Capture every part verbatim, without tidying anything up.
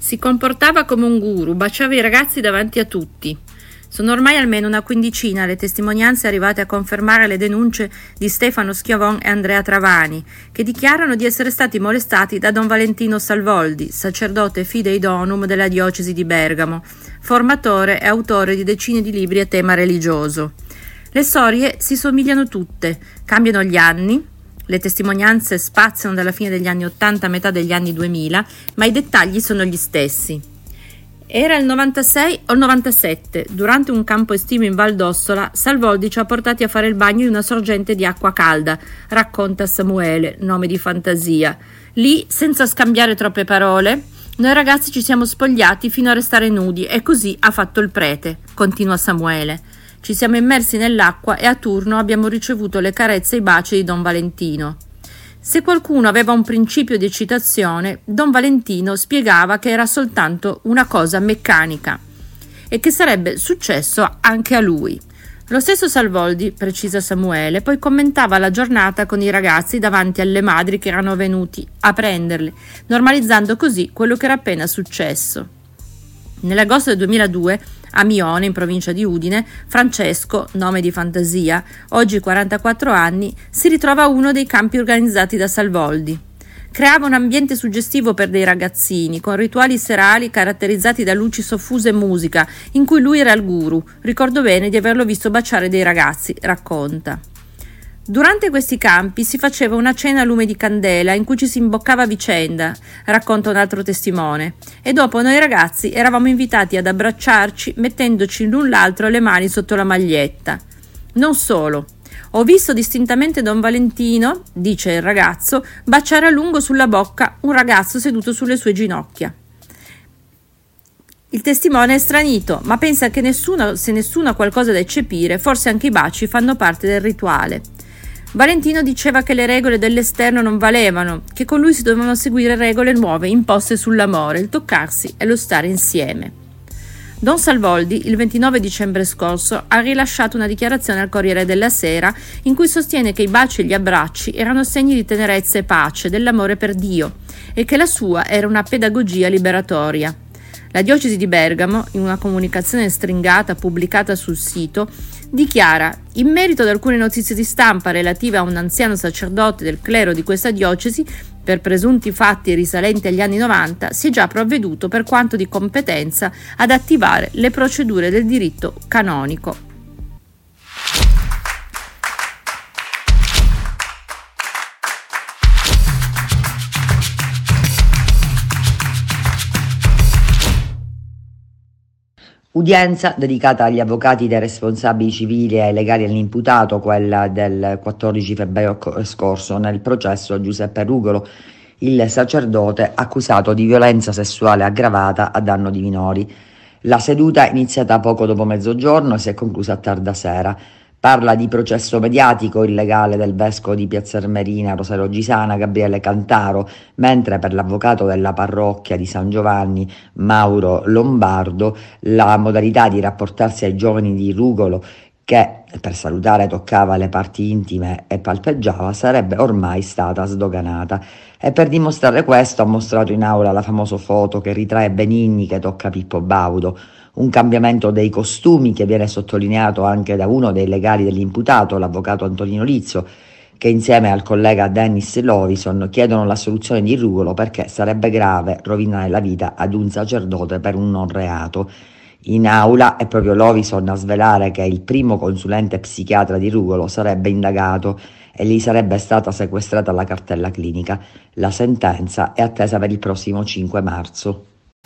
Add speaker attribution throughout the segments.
Speaker 1: Si comportava come un guru, baciava i ragazzi davanti a tutti. Sono ormai almeno una quindicina le testimonianze arrivate a confermare le denunce di Stefano Schiavon e Andrea Travani, che dichiarano di essere stati molestati da Don Valentino Salvoldi, sacerdote fidei donum della diocesi di Bergamo, formatore e autore di decine di libri a tema religioso. Le storie si somigliano tutte, cambiano gli anni, le testimonianze spaziano dalla fine degli anni ottanta a metà degli anni duemila, ma i dettagli sono gli stessi. Era il novantasei o il novantasette, durante un campo estivo in Val d'Ossola, Salvoldi ci ha portati a fare il bagno in una sorgente di acqua calda, racconta Samuele, nome di fantasia. Lì, senza scambiare troppe parole, noi ragazzi ci siamo spogliati fino a restare nudi e così ha fatto il prete, continua Samuele. Ci siamo immersi nell'acqua e a turno abbiamo ricevuto le carezze e i baci di Don Valentino. Se qualcuno aveva un principio di eccitazione, Don Valentino spiegava che era soltanto una cosa meccanica e che sarebbe successo anche a lui. Lo stesso Salvoldi, precisa Samuele, poi commentava la giornata con i ragazzi davanti alle madri che erano venuti a prenderli, normalizzando così quello che era appena successo. Nell'agosto del duemiladue, a Mione, in provincia di Udine, Francesco, nome di fantasia, oggi quarantaquattro anni, si ritrova a uno dei campi organizzati da Salvoldi. Creava un ambiente suggestivo per dei ragazzini, con rituali serali caratterizzati da luci soffuse e musica, in cui lui era il guru. Ricordo bene di averlo visto baciare dei ragazzi, racconta. Durante questi campi si faceva una cena a lume di candela in cui ci si imboccava a vicenda, racconta un altro testimone, e dopo noi ragazzi eravamo invitati ad abbracciarci mettendoci l'un l'altro le mani sotto la maglietta. Non solo, ho visto distintamente Don Valentino, dice il ragazzo, baciare a lungo sulla bocca un ragazzo seduto sulle sue ginocchia. Il testimone è stranito, ma pensa che nessuno, se nessuno ha qualcosa da eccepire, forse anche i baci fanno parte del rituale. Valentino diceva che le regole dell'esterno non valevano, che con lui si dovevano seguire regole nuove imposte sull'amore, il toccarsi e lo stare insieme. Don Salvoldi, il ventinove dicembre scorso, ha rilasciato una dichiarazione al Corriere della Sera in cui sostiene che i baci e gli abbracci erano segni di tenerezza e pace, dell'amore per Dio, e che la sua era una pedagogia liberatoria. La diocesi di Bergamo, in una comunicazione stringata pubblicata sul sito, dichiara: in merito ad alcune notizie di stampa relative a un anziano sacerdote del clero di questa diocesi, per presunti fatti risalenti agli anni novanta, si è già provveduto per quanto di competenza ad attivare le procedure del diritto canonico.
Speaker 2: Udienza dedicata agli avvocati dei responsabili civili e legali dell'imputato, quella del quattordici febbraio scorso nel processo Giuseppe Rugolo, il sacerdote accusato di violenza sessuale aggravata a danno di minori. La seduta, iniziata poco dopo mezzogiorno, si è conclusa a tarda sera. Parla di processo mediatico il legale del vescovo di Piazza Armerina, Rosario Gisana, Gabriele Cantaro, mentre per l'avvocato della parrocchia di San Giovanni, Mauro Lombardo, la modalità di rapportarsi ai giovani di Rugolo, che per salutare toccava le parti intime e palpeggiava, sarebbe ormai stata sdoganata. E per dimostrare questo ha mostrato in aula la famosa foto che ritrae Benigni che tocca Pippo Baudo. Un cambiamento dei costumi che viene sottolineato anche da uno dei legali dell'imputato, l'avvocato Antonino Lizzo, che insieme al collega Dennis Lovison chiedono l'assoluzione di Rugolo perché sarebbe grave rovinare la vita ad un sacerdote per un non reato. In aula è proprio Lovison a svelare che il primo consulente psichiatra di Rugolo sarebbe indagato e gli sarebbe stata sequestrata la cartella clinica. La sentenza è attesa per il prossimo cinque marzo.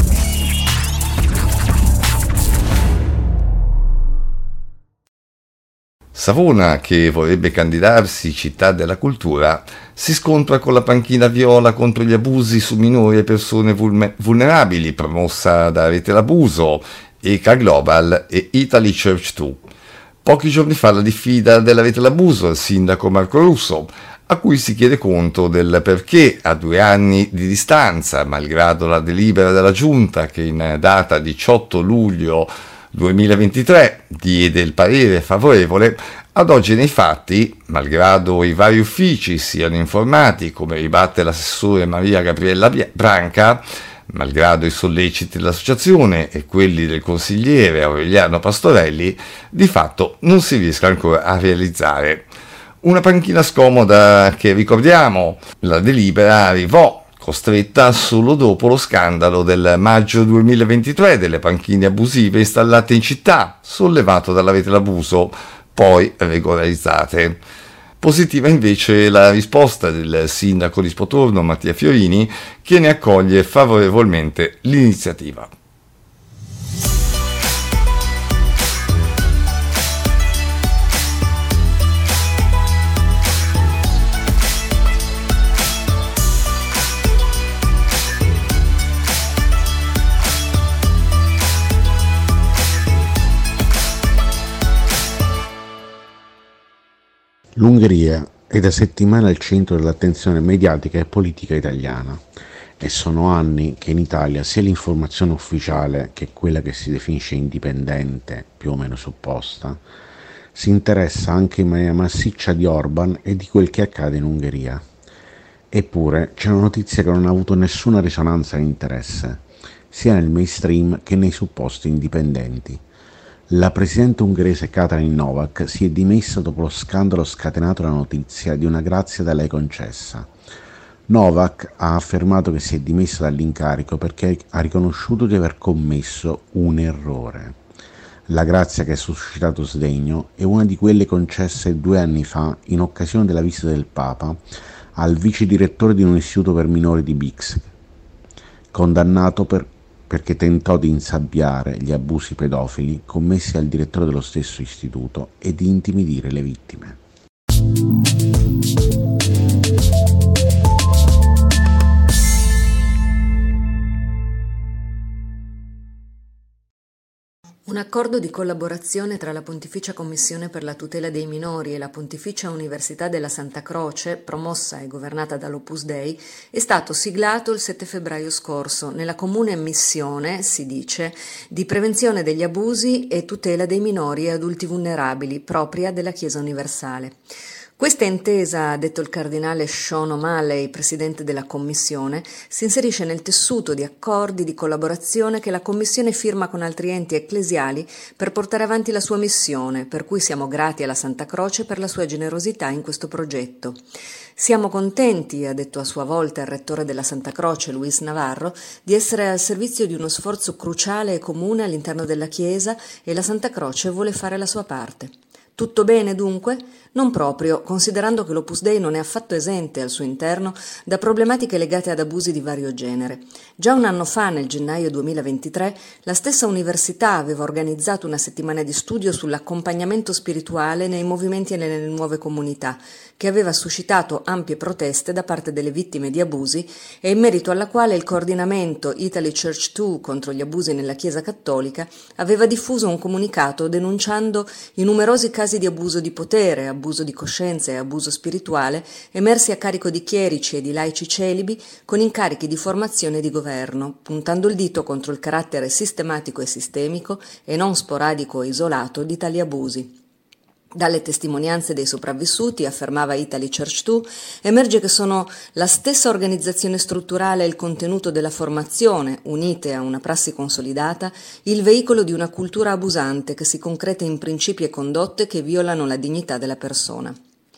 Speaker 3: Savona, che vorrebbe candidarsi città della cultura, si scontra con la panchina viola contro gli abusi su minori e persone vulme- vulnerabili, promossa da Rete L'Abuso, E C A Global e Italy Church due. Pochi giorni fa la diffida della Rete L'Abuso al sindaco Marco Russo, a cui si chiede conto del perché a due anni di distanza, malgrado la delibera della Giunta che in data diciotto luglio duemilaventitré diede il parere favorevole, ad oggi nei fatti, malgrado i vari uffici siano informati, come ribatte l'assessore Maria Gabriella Branca, Malgrado i solleciti dell'associazione e quelli del consigliere Aureliano Pastorelli, di fatto non si riesca ancora a realizzare. Una panchina scomoda che, ricordiamo, la delibera arrivò costretta solo dopo lo scandalo del maggio duemilaventitré delle panchine abusive installate in città, sollevato dalla rete Labuso, poi regolarizzate. Positiva invece la risposta del sindaco di Spotorno Mattia Fiorini, che ne accoglie favorevolmente l'iniziativa.
Speaker 4: L'Ungheria è da settimane al centro dell'attenzione mediatica e politica italiana e sono anni che in Italia sia l'informazione ufficiale che quella che si definisce indipendente, più o meno supposta, si interessa anche in maniera massiccia di Orban e di quel che accade in Ungheria. Eppure c'è una notizia che non ha avuto nessuna risonanza e interesse, sia nel mainstream che nei supposti indipendenti. La presidente ungherese Katalin Novak si è dimessa dopo lo scandalo scatenato dalla notizia di una grazia da lei concessa. Novak ha affermato che si è dimessa dall'incarico perché ha riconosciuto di aver commesso un errore. La grazia che ha suscitato sdegno è una di quelle concesse due anni fa in occasione della visita del Papa al vice direttore di un istituto per minori di Bix, condannato per perché tentò di insabbiare gli abusi pedofili commessi al direttore dello stesso istituto e di intimidire le vittime.
Speaker 1: Un accordo di collaborazione tra la Pontificia Commissione per la tutela dei minori e la Pontificia Università della Santa Croce, promossa e governata dall'Opus Dei, è stato siglato il sette febbraio scorso nella comune missione, si dice, di prevenzione degli abusi e tutela dei minori e adulti vulnerabili, propria della Chiesa Universale. Questa intesa, ha detto il cardinale Sean O'Malley, presidente della Commissione, si inserisce nel tessuto di accordi di collaborazione che la Commissione firma con altri enti ecclesiali per portare avanti la sua missione, per cui siamo grati alla Santa Croce per la sua generosità in questo progetto. Siamo contenti, ha detto a sua volta il rettore della Santa Croce, Luis Navarro, di essere al servizio di uno sforzo cruciale e comune all'interno della Chiesa e la Santa Croce vuole fare la sua parte. Tutto bene dunque? Non proprio, considerando che l'Opus Dei non è affatto esente al suo interno da problematiche legate ad abusi di vario genere. Già un anno fa, nel gennaio duemilaventitré, la stessa università aveva organizzato una settimana di studio sull'accompagnamento spirituale nei movimenti e nelle nuove comunità, che aveva suscitato ampie proteste da parte delle vittime di abusi e in merito alla quale il coordinamento Italy Church due contro gli abusi nella Chiesa Cattolica aveva diffuso un comunicato denunciando i numerosi casi di abuso di potere, abuso di coscienza e abuso spirituale emersi a carico di chierici e di laici celibi con incarichi di formazione e di governo, puntando il dito contro il carattere sistematico e sistemico e non sporadico e isolato di tali abusi. Dalle testimonianze dei sopravvissuti, affermava Italy Church due, emerge che sono la stessa organizzazione strutturale e il contenuto della formazione, unite a una prassi consolidata, il veicolo di una cultura abusante che si concreta in principi e condotte che violano la dignità della persona.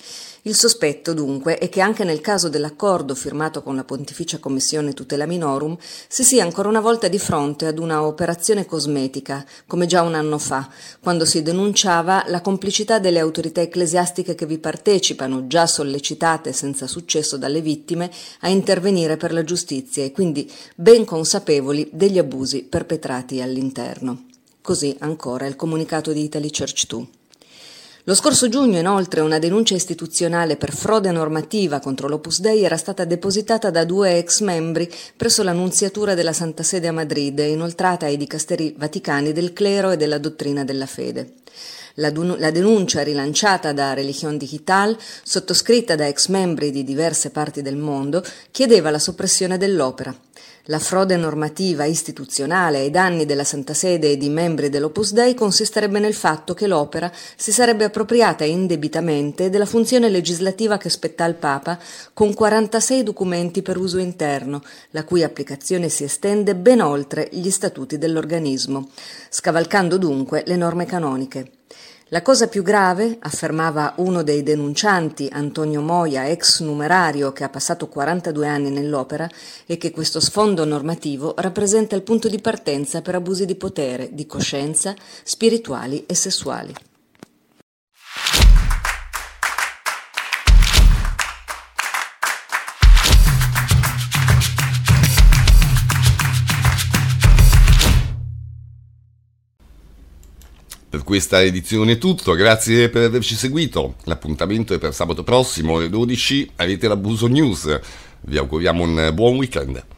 Speaker 1: Il sospetto, dunque, è che anche nel caso dell'accordo firmato con la Pontificia Commissione Tutela Minorum si sia ancora una volta di fronte ad una operazione cosmetica, come già un anno fa, quando si denunciava la complicità delle autorità ecclesiastiche che vi partecipano, già sollecitate senza successo dalle vittime, a intervenire per la giustizia e quindi ben consapevoli degli abusi perpetrati all'interno. Così ancora il comunicato di Italy Church due. Lo scorso giugno, inoltre, una denuncia istituzionale per frode normativa contro l'Opus Dei era stata depositata da due ex membri presso la Nunziatura della Santa Sede a Madrid e inoltrata ai dicasteri vaticani del clero e della dottrina della fede.
Speaker 5: La, dun- la denuncia rilanciata da Religión Digital, sottoscritta da ex membri di diverse parti del mondo, chiedeva la soppressione dell'opera. La frode normativa istituzionale ai danni della Santa Sede e di membri dell'Opus Dei consisterebbe nel fatto che l'opera si sarebbe appropriata indebitamente della funzione legislativa che spetta al Papa con quarantasei documenti per uso interno, la cui applicazione si estende ben oltre gli statuti dell'organismo, scavalcando dunque le norme canoniche. La cosa più grave, affermava uno dei denuncianti, Antonio Moia, ex numerario che ha passato quarantadue anni nell'opera, è che questo sfondo normativo rappresenta il punto di partenza per abusi di potere, di coscienza, spirituali e sessuali.
Speaker 3: Per questa edizione è tutto, grazie per averci seguito. L'appuntamento è per sabato prossimo alle dodici, avete l'Abuso News. Vi auguriamo un buon weekend.